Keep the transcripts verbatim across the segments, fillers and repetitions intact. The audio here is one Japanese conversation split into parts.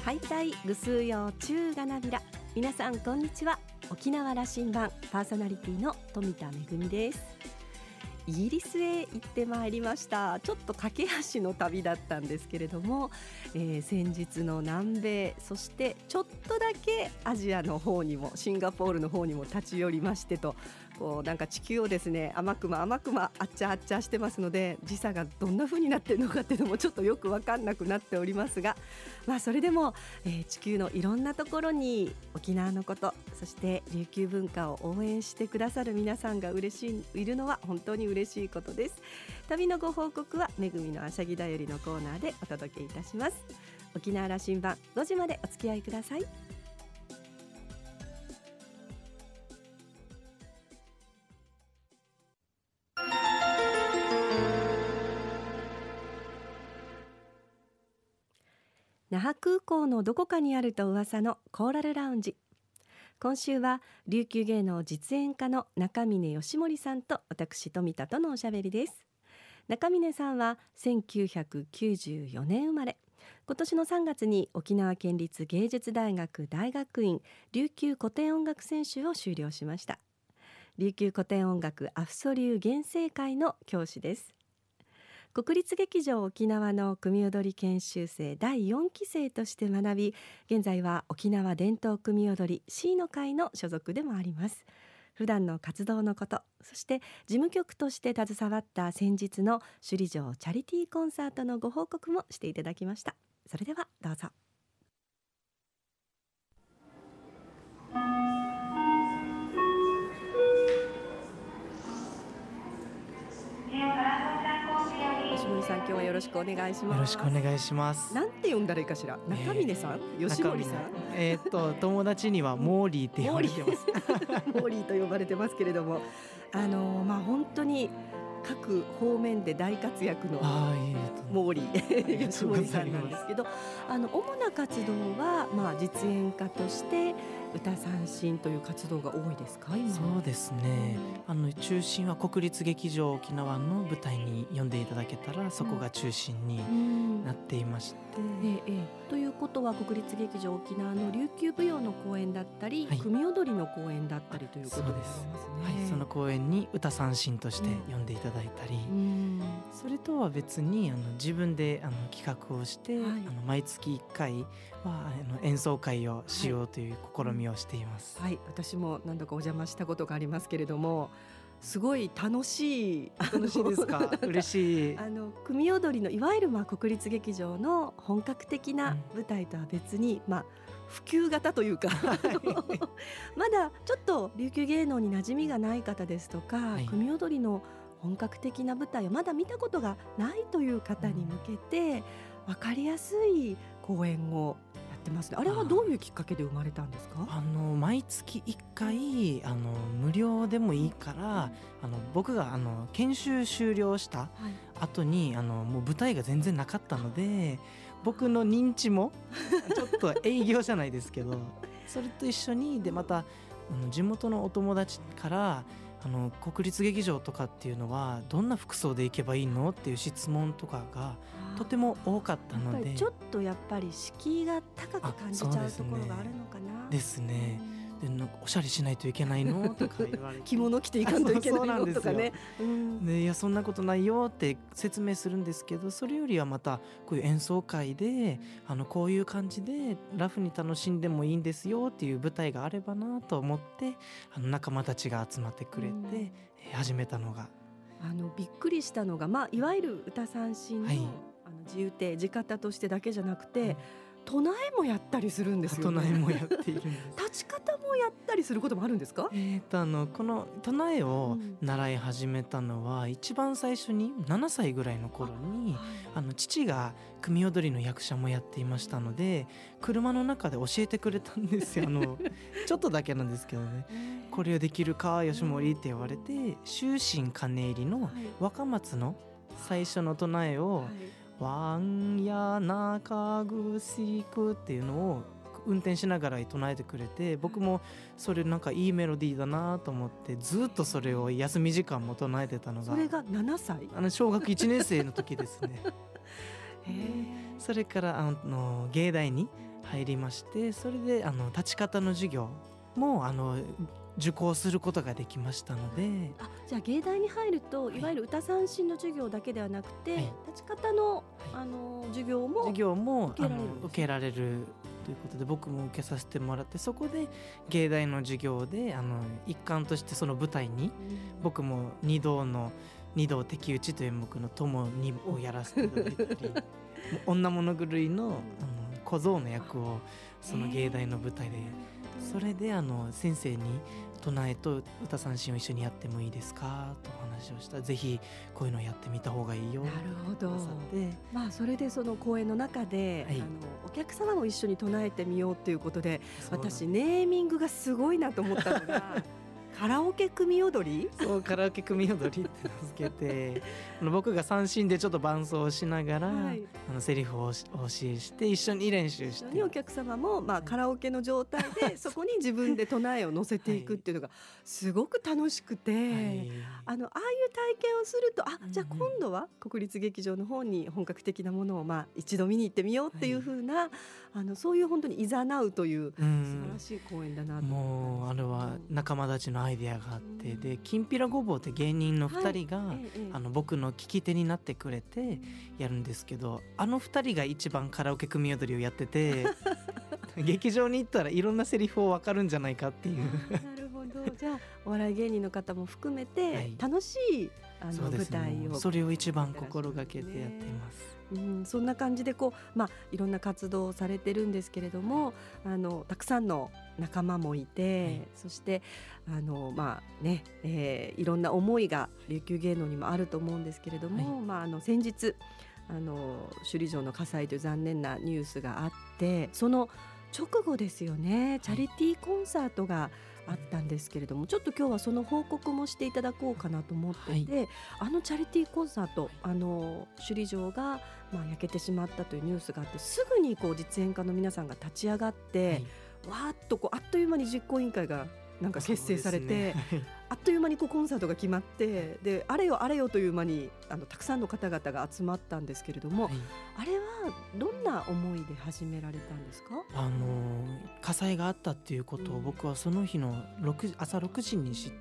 ハイタイグスーヨーチューガナビラ。皆さんこんにちは。沖縄羅針盤パーソナリティの富田恵です。イギリスへ行ってまいりました。ちょっと駆け足の旅だったんですけれども、えー、先日の南米、そしてちょっとだけアジアの方にもシンガポールの方にも立ち寄りましてと、こうなんか地球をですね甘くま甘くまあっちゃあっちゃしてますので、時差がどんな風になっているのかっていうのもちょっとよく分かんなくなっておりますが、まあそれでも、えー、地球のいろんなところに沖縄のこと、そして琉球文化を応援してくださる皆さんが嬉しいいるのは本当に嬉しいことです。旅のご報告はめぐみのあしゃぎだよりのコーナーでお届けいたします。沖縄羅針盤ごじまでお付き合いください。那覇空港のどこかにあると噂のコーラルラウンジ。今週は琉球芸能実演家の中峰義盛さんと私富田とのおしゃべりです。中峰さんはせんきゅうひゃくきゅうじゅうよねん生まれ、今年のさんがつに沖縄県立芸術大学大学院琉球古典音楽専修を修了しました。琉球古典音楽アフソ流原生会の教師です。国立劇場沖縄の組踊り研修生だいよんき生として学び、現在は沖縄伝統組踊り C の会の所属でもあります。普段の活動のこと、そして事務局として携わった先日の首里城チャリティーコンサートのご報告もしていただきました。それではどうぞ。吉森さん、今日はよろしくお願いします。 よろしくお願いします。 なんて呼んだらいいかしら。中峰さん、えー、吉森さん、 えー、っと友達にはモーリーって呼ばれてますモーリーと呼ばれてますけれども、あのー、まあ本当に各方面で大活躍のモーリー吉森さんなんですけど、あの主な活動は、まあ、実演家として歌三線という活動が多いですか？今そうですね、あの中心は国立劇場沖縄の舞台に呼んでいただけたらそこが中心になっていまして、 うんええ、ということは国立劇場沖縄の琉球舞踊の公演だったり、はい、組踊りの公演だったりということです。 はい、その公演に歌三線として呼んでいただいたり、うん、それとは別にあの自分であの企画をして、はい、あの毎月いっかいはあの演奏会をしようという試みをしています。 はい、私も何度かお邪魔したことがありますけれども、すごい楽しい楽しいですか？嬉しい。 あの組踊りのいわゆるまあ国立劇場の本格的な舞台とは別に、うん、まあ普及型というかまだちょっと琉球芸能に馴染みがない方ですとか、はい、組踊りの本格的な舞台をまだ見たことがないという方に向けて、うん、分かりやすい公演をやってますね。あれはどういうきっかけで生まれたんですか？ あの毎月いっかいあの無料でもいいから、うん、あの僕があの研修終了した後に、はい、あのもう舞台が全然なかったので、僕の認知もちょっと営業じゃないですけどそれと一緒にでまたあの地元のお友達からあの国立劇場とかっていうのはどんな服装で行けばいいのっていう質問とかがとても多かったので、 ちょっとやっぱり敷居が高く感じちゃうところがあるのかな。 ですね。でなんかおしゃれしないといけないのとか言われて着物着ていかんといけないのとかね。 うん、でいやそんなことないよって説明するんですけど、それよりはまたこういう演奏会であのこういう感じでラフに楽しんでもいいんですよっていう舞台があればなと思って、あの仲間たちが集まってくれて、うん、始めたのがあのびっくりしたのが、まあ、いわゆる歌三線の、はい、あの地唄地方としてだけじゃなくて、うん、唱えもやったりするんですよね。 唱えもやっているんです立ち方もやったりすることもあるんですか？ えー、とあのこの唱えを習い始めたのは、うん、一番最初にななさいぐらいの頃に、あの父が組踊りの役者もやっていましたので、車の中で教えてくれたんですよ。あのちょっとだけなんですけどね、これをできるか吉森って言われて、終身金入りの若松の最初の唱えを、はいワンヤナカグシクっていうのを運転しながら唱えてくれて、僕もそれなんかいいメロディーだなと思ってずっとそれを休み時間も唱えてたのが、 それがななさい、 あの小学いちねん生の時ですねへそれからあの芸大に入りまして、それであの立ち方の授業もあの受講することができましたので。 あ、じゃあ芸大に入ると、いわゆる歌三振の授業だけではなくて、はい、立ち方の、はい、あの授業も授業も受けられるんです、 あの受けられるということで、僕も受けさせてもらって、そこで芸大の授業であの一環としてその舞台に、うん、僕も二道の二道敵討ちという演目の友にをやらせていただいたり女物狂い の, あの小僧の役をその芸大の舞台で、それであの先生に唱えと歌三振を一緒にやってもいいですかとお話をしたら、ぜひこういうのをやってみた方がいいよ。 なるほど。まあ、それでその講演の中で、はい、あのお客様も一緒に唱えてみようということで、私ネーミングがすごいなと思ったのがカラオケ組踊りそうカラオケ組踊りって名付けてあの僕が三振でちょっと伴奏をしながら、はい、あのセリフをお教えして一緒に練習して、一緒にお客様も、まあ、カラオケの状態でそこに自分で唱えを乗せていくっていうのがすごく楽しくて、はい、あのああいう体験をすると、あ、じゃあ今度は国立劇場の方に本格的なものを、まあ、一度見に行ってみようっていう風な、はい、あのそういう本当に誘うという素晴らしい公演だなと思ったんですけど、 もうあれは仲間たちのアイデアがあって、うん、できんぴらごぼうって芸人のふたりが、はい、ええ、あの僕の聞き手になってくれてやるんですけど、あのふたりが一番カラオケ組踊りをやってて劇場に行ったらいろんなセリフを分かるんじゃないかっていうなるほど。じゃあお笑い芸人の方も含めて楽しい、はい、あの舞台を、 それを一番心がけてやっています。 うん、そんな感じでこう、まあ、いろんな活動をされてるんですけれども、あのたくさんの仲間もいて、はい、そしてあの、まあねえー、いろんな思いが琉球芸能にもあると思うんですけれども、はい、まあ、あの先日あの首里城の火災という残念なニュースがあって、その直後ですよね、チャリティーコンサートがあったんですけれども、ちょっと今日はその報告もしていただこうかなと思っていて、はい、あのチャリティーコンサート、あの首里城がまあ焼けてしまったというニュースがあって、すぐにこう実演家の皆さんが立ち上がって、はい、わーっとこうあっという間に実行委員会がなんか結成されて、あっという間にこうコンサートが決まって、であれよあれよという間にあのたくさんの方々が集まったんですけれども、はい、あれはどんな思いで始められたんですか？ あの火災があったっていうことを僕はその日のろく朝ろくじに知って、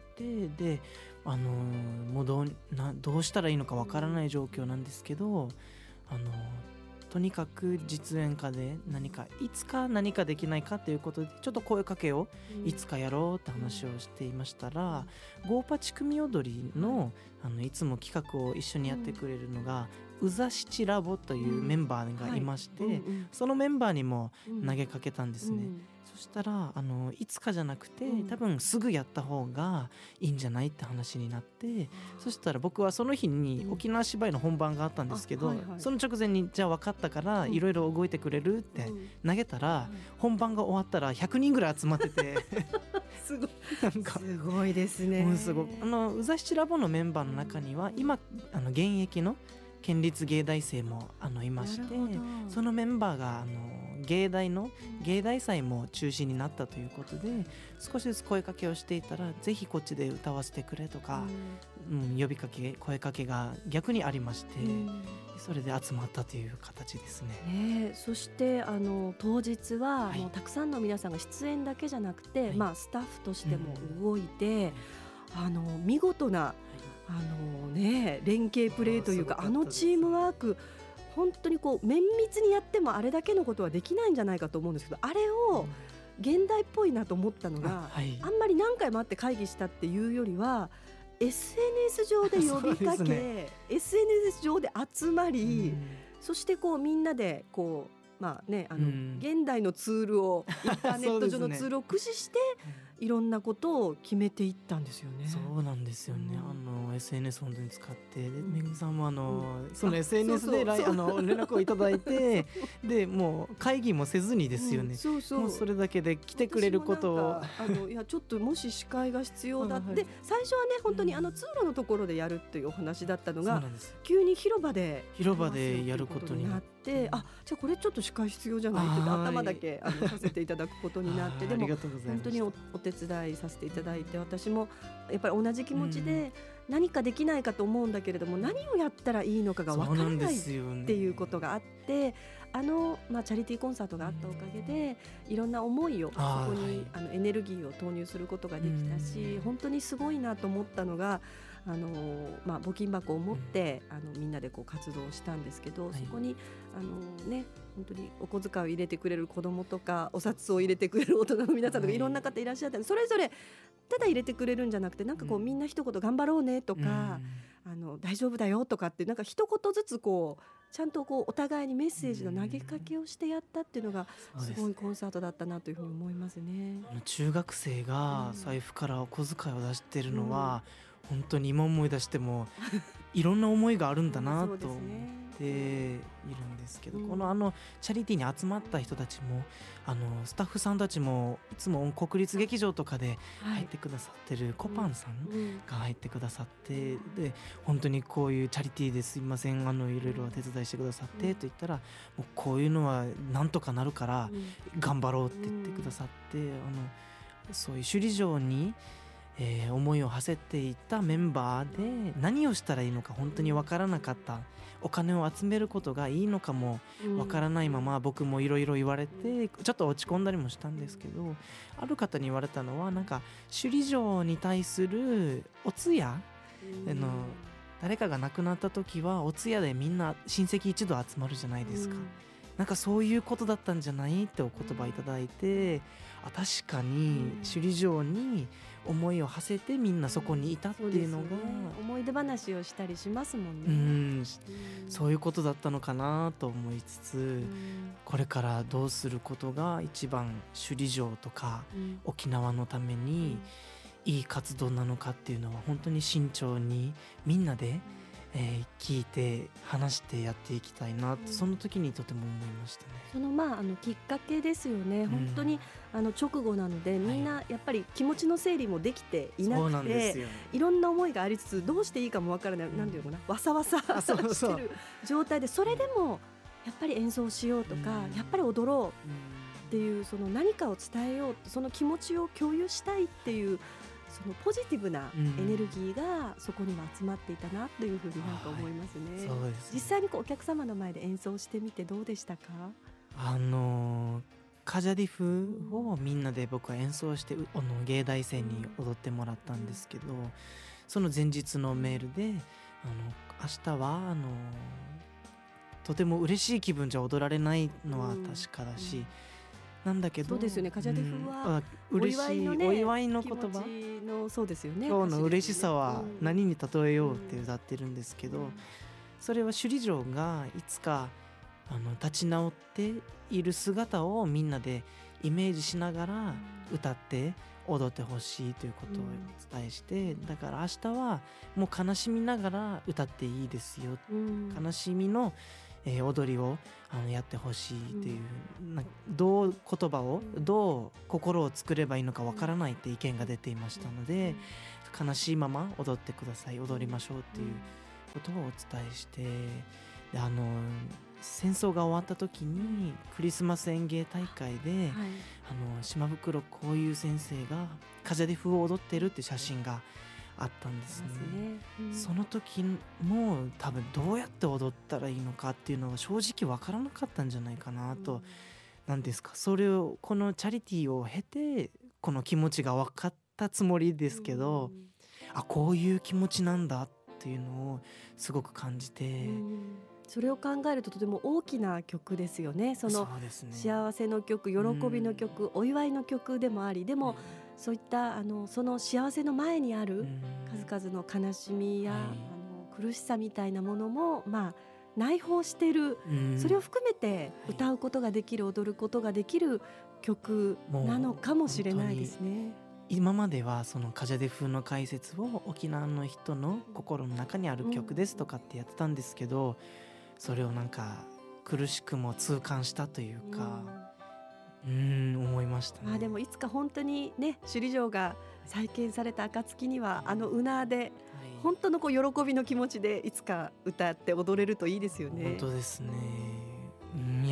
であのもうどうなどうしたらいいのかわからない状況なんですけど、あのとにかく実演家で何かいつか何かできないかということで、ちょっと声かけをいつかやろうって話をしていましたら、ゴーパチ組踊り の, あのいつも企画を一緒にやってくれるのがうざしちラボというメンバーがいまして、そのメンバーにも投げかけたんですね。そしたらあのいつかじゃなくて、多分すぐやった方がいいんじゃないって話になって、うん、そしたら僕はその日に沖縄芝居の本番があったんですけど、うんはいはい、その直前にじゃあ分かったからいろいろ動いてくれるって投げたら、うん、本番が終わったらひゃくにんぐらい集まっててすごいなんかすごいですね。 もうすごあのうざしちラボのメンバーの中には今あの現役の県立芸大生もあのいまして、そのメンバーがあの芸大の芸大祭も中止になったということで、少しずつ声かけをしていたら、ぜひこっちで歌わせてくれとか、うんうん、呼びかけ声かけが逆にありまして、うん、それで集まったという形ですね。 ね、そしてあの当日は、はい、もうたくさんの皆さんが出演だけじゃなくて、はい、まあ、スタッフとしても動いて、うん、あの見事なあのね、連携プレーというか、あのチームワーク本当にこう綿密にやってもあれだけのことはできないんじゃないかと思うんですけど、あれを現代っぽいなと思ったのが、あ、はい、あんまり何回も会って会議したっていうよりは エスエヌエス 上で呼びかけ、ね、エスエヌエス 上で集まり、そしてこうみんなでこう、まあね、あの現代のツールをインターネット上のツールを駆使していろんなことを決めていったんですよね。 そうなんですよね、うん、あの エスエヌエス 本当に使って、でめぐみさんもあの、うん、その エスエヌエス であの連絡をいただいてでもう会議もせずにですよね、うん、そうそう、もうそれだけで来てくれることを、 あのいやちょっともし司会が必要だって、はい、最初はね本当にあの通路のところでやるっていうお話だったのが、うん、急に広場で広場でやることになって、 で、あ、じゃあこれちょっと司会必要じゃないって頭だけあのさせていただくことになってでも本当に お, お手伝いさせていただいて、私もやっぱり同じ気持ちで、 何かできないかと思うんだけれども、何をやったらいいのかが分からないっていうことがあって、あの、まあ、チャリティーコンサートがあったおかげでいろんな思いをそこにあのエネルギーを投入することができたし、本当にすごいなと思ったのが、あの、まあ、募金箱を持ってあのみんなでこう活動したんですけど、そこにあの、ね、本当にお小遣いを入れてくれる子どもとか、お札を入れてくれる大人の皆さんとかいろんな方いらっしゃったので、それぞれただ入れてくれるんじゃなくて、なんかこうみんな一言頑張ろうねとか、あの大丈夫だよとかって、なんか一言ずつこうちゃんとこうお互いにメッセージの投げかけをしてやったっていうのがすごいコンサートだったなというふうに思いますね。 中学生が財布からお小遣いを出してるのは、うん、本当に今思い出してもいろんな思いがあるんだなと思っているんですけど、うん、このあのチャリティーに集まった人たちも、あのスタッフさんたちもいつも国立劇場とかで入ってくださってるコパンさんが入ってくださって、で本当にこういうチャリティーですいません、あのいろいろ手伝いしてくださってと言ったら、もうこういうのはなんとかなるから頑張ろうって言ってくださって、あのそういう首里城にえー、思いを馳せていたメンバーで何をしたらいいのか本当に分からなかった、お金を集めることがいいのかも分からないまま、僕もいろいろ言われてちょっと落ち込んだりもしたんですけど、ある方に言われたのは、なんか首里城に対するお通夜、あの誰かが亡くなった時はお通夜でみんな親戚一同集まるじゃないですか。なんかそういうことだったんじゃないってお言葉いただいて、あ、確かに首里城に思いを馳せてみんなそこにいたっていうのが、うん、そうですよね、 思い出話をしたりしますもんね。 うん、うん、そういうことだったのかなと思いつつ、うん、これからどうすることが一番首里城とか、うん、沖縄のためにいい活動なのかっていうのは本当に慎重にみんなで、えー、聞いて話してやっていきたいなと、うん、その時にとても思いましたね。 その、まあ、あのきっかけですよね、うん、本当にあの直後なので、みんなやっぱり気持ちの整理もできていなくて、はい、いろんな思いがありつつどうしていいかもわからない、うん、なんていうのかな、わさわさしてる状態で、それでもやっぱり演奏しようとか、うん、やっぱり踊ろうっていう、その何かを伝えよう、その気持ちを共有したいっていう、そのポジティブなエネルギーがそこには集まっていたなというふうになんか思いますね。はい、そうですね。実際にこうお客様の前で演奏してみてどうでしたか？ あのカジャディフをみんなで僕は演奏して、あの芸大生に踊ってもらったんですけど、その前日のメールで、あの明日はあのとても嬉しい気分じゃ踊られないのは確かだし、うんうん、なんだけど、 そうですよね、カジャディフは、 うん、嬉しいお祝いの、ね、お祝いの言葉の、そうですよね、 今日の嬉しさは何に例えようって歌ってるんですけど、うん、それは首里城がいつかあの立ち直っている姿をみんなでイメージしながら歌って踊ってほしいということをお伝えして、うん、だから明日はもう悲しみながら歌っていいですよ、うん、悲しみのえー、踊りをあのやってほしいという、うん、などう言葉を、うん、どう心を作ればいいのかわからないって意見が出ていましたので、うん、悲しいまま踊ってください、踊りましょうっていうことをお伝えして、であの戦争が終わった時にクリスマス演芸大会で、はい、あの島袋こういう先生がカジャディフを踊ってるって写真があったんですね。うん、その時も多分どうやって踊ったらいいのかっていうのは正直わからなかったんじゃないかなと、うん、なんですか、それをこのチャリティーを経てこの気持ちが分かったつもりですけど、うん、あ、こういう気持ちなんだっていうのをすごく感じて、うん、 それを考えるととても大きな曲ですよね。そのそうですね、 幸せの曲、喜びの曲、うん、お祝いの曲でもあり、でも、うん、そういったあのその幸せの前にある数々の悲しみや、うん、あの苦しさみたいなものも、まあ、内包している、うん、それを含めて歌うことができる、踊ることができる曲なのかもしれないですね。 今まではそのカジャディフの解説を沖縄の人の心の中にある曲ですとかってやってたんですけど、それをなんか苦しくも痛感したというか、うん、うーん思いましたね。 まあ、でもいつか本当にね、首里城が再建された暁にはあのうなで、はい、本当のこう喜びの気持ちでいつか歌って踊れるといいですよね。 本当ですね。うん、い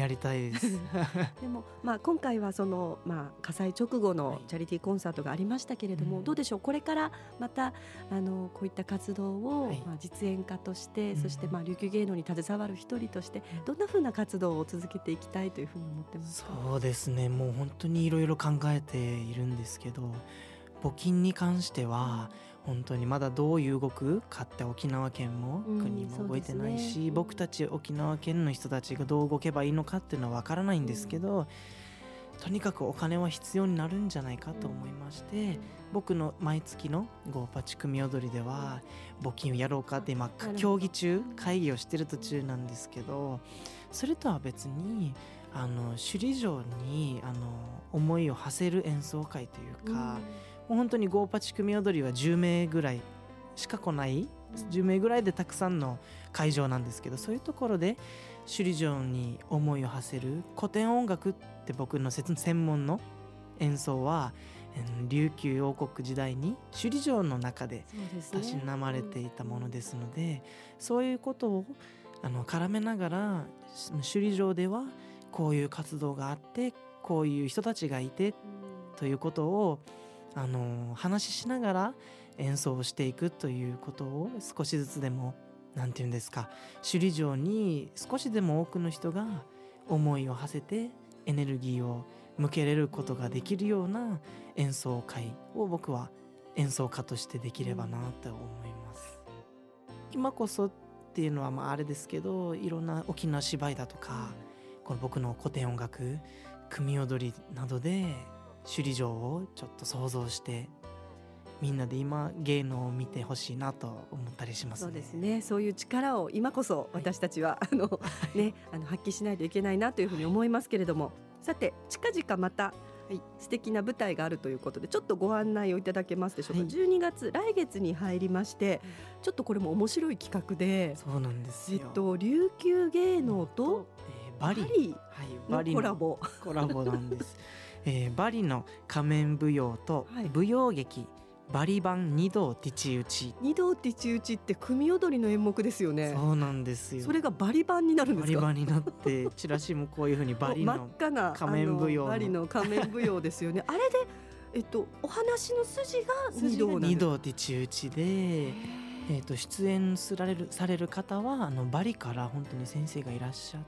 やりたいですでも、まあ、今回はその、まあ、火災直後はのいチャリティーコンサートがありましたけれども、 うんどうでしょう、これからまたあのこういった活動を、 はいまあ、実演家として、 うんそしてまあ琉球芸能に携わる一人としてどんなふうな活動を続けていきたいというふうに思ってますか？ そうですね、もう本当にいろいろ考えているんですけど、募金に関しては本当にまだどういう動くかって沖縄県もうん国も動いてないし、 そうですね僕たち沖縄県の人たちがどう動けばいいのかっていうのは分からないんですけど、とにかくお金は必要になるんじゃないかと思いまして、僕の毎月のゴーパチ組踊りでは募金をやろうかって今なるほど協議中会議をしてる途中なんですけど、それとは別にあの首里城にあの思いを馳せる演奏会というか、もう本当にゴーパチ組踊りはじゅうめいぐらいしか来ないじゅうめいぐらいでたくさんの会場なんですけど、そういうところで首里城に思いを馳せる古典音楽って僕の専門の演奏はえー琉球王国時代に首里城の中でそうですねたしなまれていたものですので、そういうことをあの絡めながら首里城ではこういう活動があってこういう人たちがいてということをあの話ししながら演奏をしていくということを少しずつでもなんていうんですか、首里城に少しでも多くの人が思いを馳せてエネルギーを向けれることができるような演奏会を僕は演奏家としてできればなと思います。今こそっていうのはまああれですけど、いろんな沖縄芝居だとかこの僕の古典音楽組踊りなどで首里城をちょっと想像してみんなで今芸能を見てほしいなと思ったりしますね。 そうですね、そういう力を今こそ私たちは、はい、あのね、あの発揮しないといけないなというふうに思いますけれども、はい、さて近々また素敵な舞台があるということでちょっとご案内をいただけますでしょうか。はい、じゅうにがつ来月に入りまして、ちょっとこれも面白い企画で、 そうなんですよ、 えっと、琉球芸能と、 えー、バリバリのコラボ、 コラボなんです、えー、バリの仮面舞踊と舞踊劇、はい、バリ版二道ティチ打ち。 二道ティチ打ちって組踊りの演目ですよね。 そうなんですよ。 それがバリ版になるんですか？ バリ版になってチラシもこういう風にバリの仮面舞踊のバリの仮面舞踊ですよね。あれで、えっと、お話の筋が二道なんです。 二道ティチ打ちで、えー、と出演されるされる方はあのバリから本当に先生がいらっしゃって、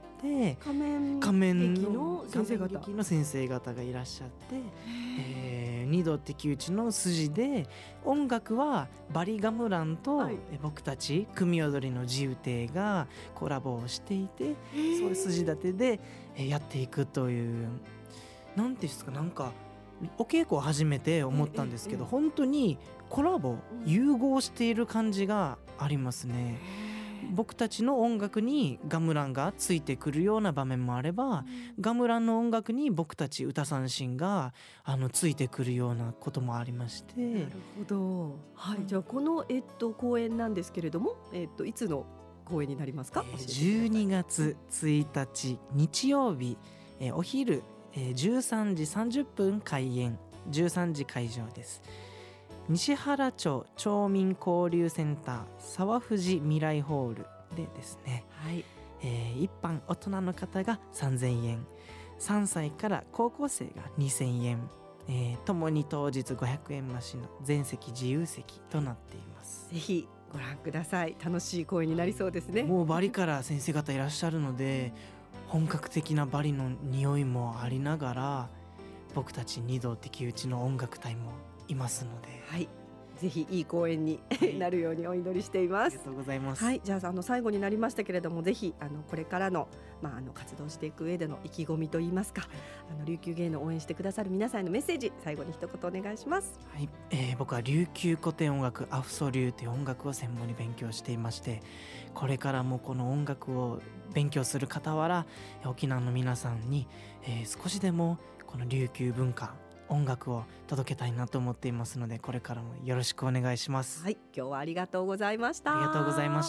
仮面劇の先生方、 仮面劇の先生方がいらっしゃって、えー、二道ティチ打ちの筋で音楽はバリガムランと、はい、え僕たち組踊りの自由亭がコラボをしていて、そういう筋立てで、えー、やっていくという、なんていうんですか、なんかお稽古を始めて思ったんですけど、本当にコラボ融合している感じがありますね。僕たちの音楽にガムランがついてくるような場面もあれば、ガムランの音楽に僕たち歌三振があのついてくるようなこともありまして。 なるほど、はい、じゃあこの、えっと、公演なんですけれども、えっと、いつの公演になりますか？ えー、じゅうにがつついたち日曜日、えー、お昼えー、じゅうさんじさんじゅっぷん開演、じゅうさんじ会場です。西原町町民交流センター沢藤未来ホールでですね、はい、えー、一般大人の方がさんぜんえん、さんさいから高校生がにせんえん、えー、ともに当日ごひゃくえん増しの全席自由席となっています。 ぜひご覧ください。楽しい公演になりそうですね。 もうバリから先生方いらっしゃるので本格的なバリの匂いもありながら、僕たち二道ティチ打ちの音楽隊もいますので、 はい、ぜひいい公演になるようにお祈りしています。ありがとうございます。 はい、じゃあ、あの最後になりましたけれども、ぜひあのこれからの、まあ、あの活動していく上での意気込みといいますか、はい、あの琉球芸能を応援してくださる皆さんへのメッセージ、最後に一言お願いします。 はい、えー、僕は琉球古典音楽アフソ流という音楽を専門に勉強していまして、これからもこの音楽を勉強する傍ら沖縄の皆さんに、えー、少しでもこの琉球文化音楽を届けたいなと思っていますので、これからもよろしくお願いします。 はい、今日はありがとうございました。 ありがとうございました。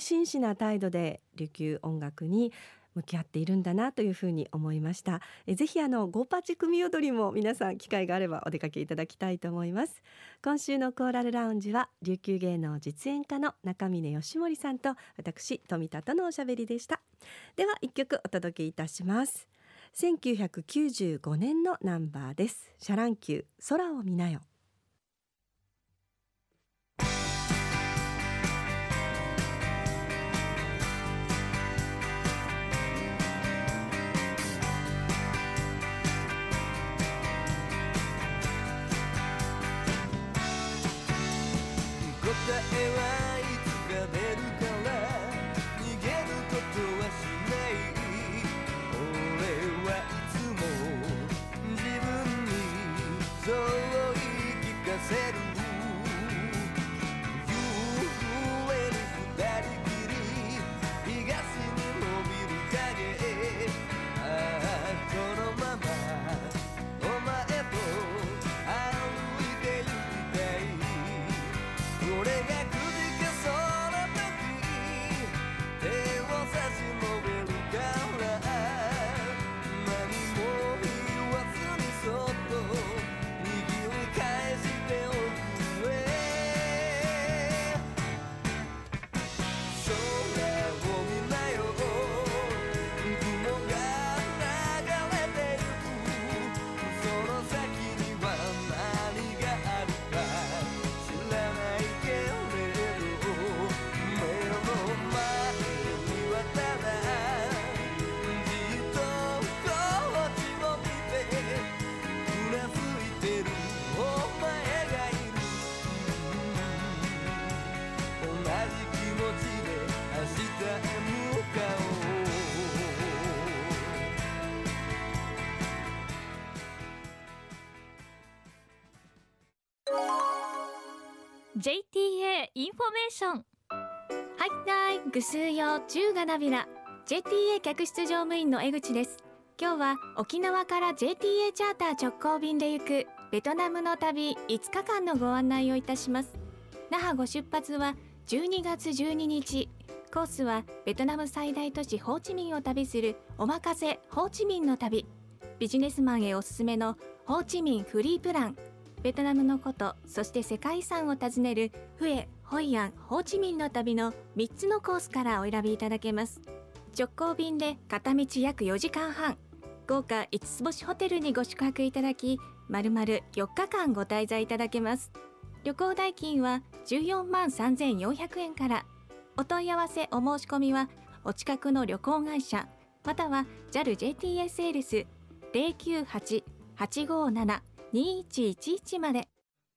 中峰さん、本当に真摯な態度で琉球音楽に向き合っているんだなというふうに思いました。えぜひあのゴーパチ組踊りも皆さん機会があればお出かけいただきたいと思います。今週のコーラルラウンジは琉球芸能実演家の中峰義盛さんと私富田とのおしゃべりでした。では一曲お届けいたします。せんきゅうひゃくきゅうじゅうごねんのナンバーです。シャ乱 Q 空を見なよ。 答えはいつか出るから逃げることはしない俺はいつも自分にそう言い聞かせる揺れる二人きり東に伸びる影ああこのままお前と歩いて行きたい俺がくじけそうな時手を差し伸べるから何も言わずにそっと握り返しておくれ空を見なよ雲が流れてゆくその先には何があるか知らないけれど目の前にはただじっとこっちを見てうなずいてるお前がいる同じ気持ちで明日へ向かおうジェイティーエー インフォメーションはいたいぐすうよ中がなびら ジェイティーエー 客室乗務員の江口です。今日は沖縄から ジェイティーエー チャーター直行便で行くベトナムの旅いつかかんのご案内をいたします。那覇ご出発はじゅうにがつじゅうににち、コースはベトナム最大都市ホーチミンを旅するおまかせホーチミンの旅、ビジネスマンへおすすめのホーチミンフリープラン、ベトナムのこと、そして世界遺産を訪ねるフエ、ホイアン、ホーチミンの旅のみっつのコースからお選びいただけます。直行便で片道約よじかんはん、豪華いつつ星ホテルにご宿泊いただき、丸々よっかかんご滞在いただけます。旅行代金はじゅうよんまんさんぜんよんひゃくえんから。お問い合わせお申し込みはお近くの旅行会社または ジャル ジェイティーエー セールス ゼロきゅうはち はちごーなな にいちいちいち まで。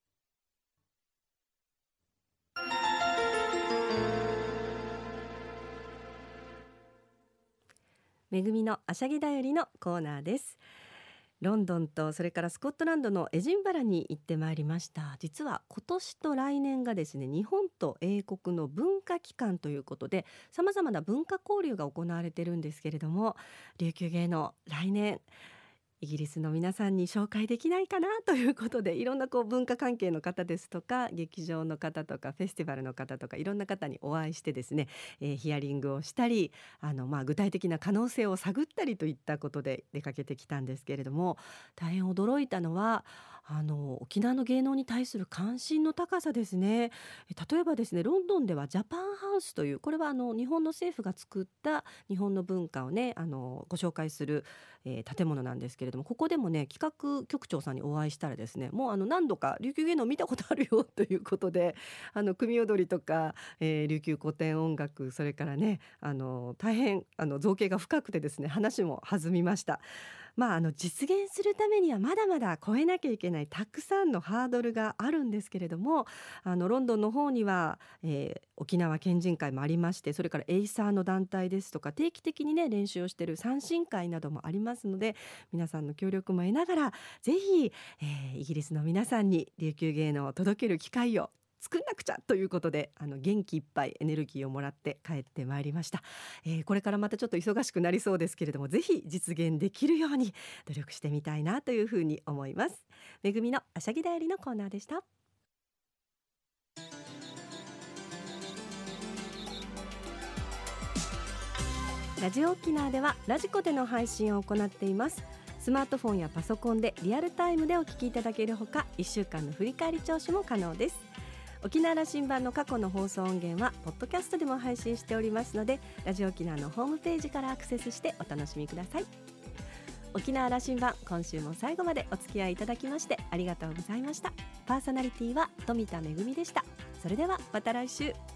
めぐみのあしゃぎだよりのコーナーです。ロンドンとそれからスコットランドのエジンバラに行ってまいりました。実は今年と来年がですね、日本と英国の文化機関ということでさまざまな文化交流が行われているんですけれども、琉球芸能来年イギリスの皆さんに紹介できないかなということで、いろんなこう文化関係の方ですとか劇場の方とかフェスティバルの方とかいろんな方にお会いしてですね、えーヒアリングをしたりあの、まあ、具体的な可能性を探ったりといったことで出かけてきたんですけれども、大変驚いたのはあの沖縄の芸能に対する関心の高さですね。え例えばですね、ロンドンではジャパンハウスという、これはあの日本の政府が作った日本の文化をねあのご紹介する、えー建物なんですけれども、ここでもね企画局長さんにお会いしたらですね、もうあの何度か琉球芸能見たことあるよということで、あの組踊りとか、えー琉球古典音楽、それからねあの大変あの造形が深くてですね、話も弾みました。まあ、あの実現するためにはまだまだ超えなきゃいけないたくさんのハードルがあるんですけれども、あのロンドンの方には、えー沖縄県人会もありまして、それからエイサーの団体ですとか定期的にね練習をしている三振会などもありますので、皆さんの協力も得ながらぜひ、えーイギリスの皆さんに琉球芸能を届ける機会を作んなくちゃということで、あの元気いっぱいエネルギーをもらって帰ってまいりました。えーこれからまたちょっと忙しくなりそうですけれども、ぜひ実現できるように努力してみたいなというふうに思います。めぐみのあしゃぎだよりのコーナーでした。 ラジオ沖縄ではラジコでの配信を行っています。スマートフォンやパソコンでリアルタイムでお聞きいただけるほか、いっしゅうかんの振り返り聴取も可能です。沖縄羅針盤の過去の放送音源はポッドキャストでも配信しておりますので、ラジオ沖縄のホームページからアクセスしてお楽しみください。沖縄羅針盤、今週も最後までお付き合いいただきましてありがとうございました。パーソナリティは富田恵でした。それではまた来週。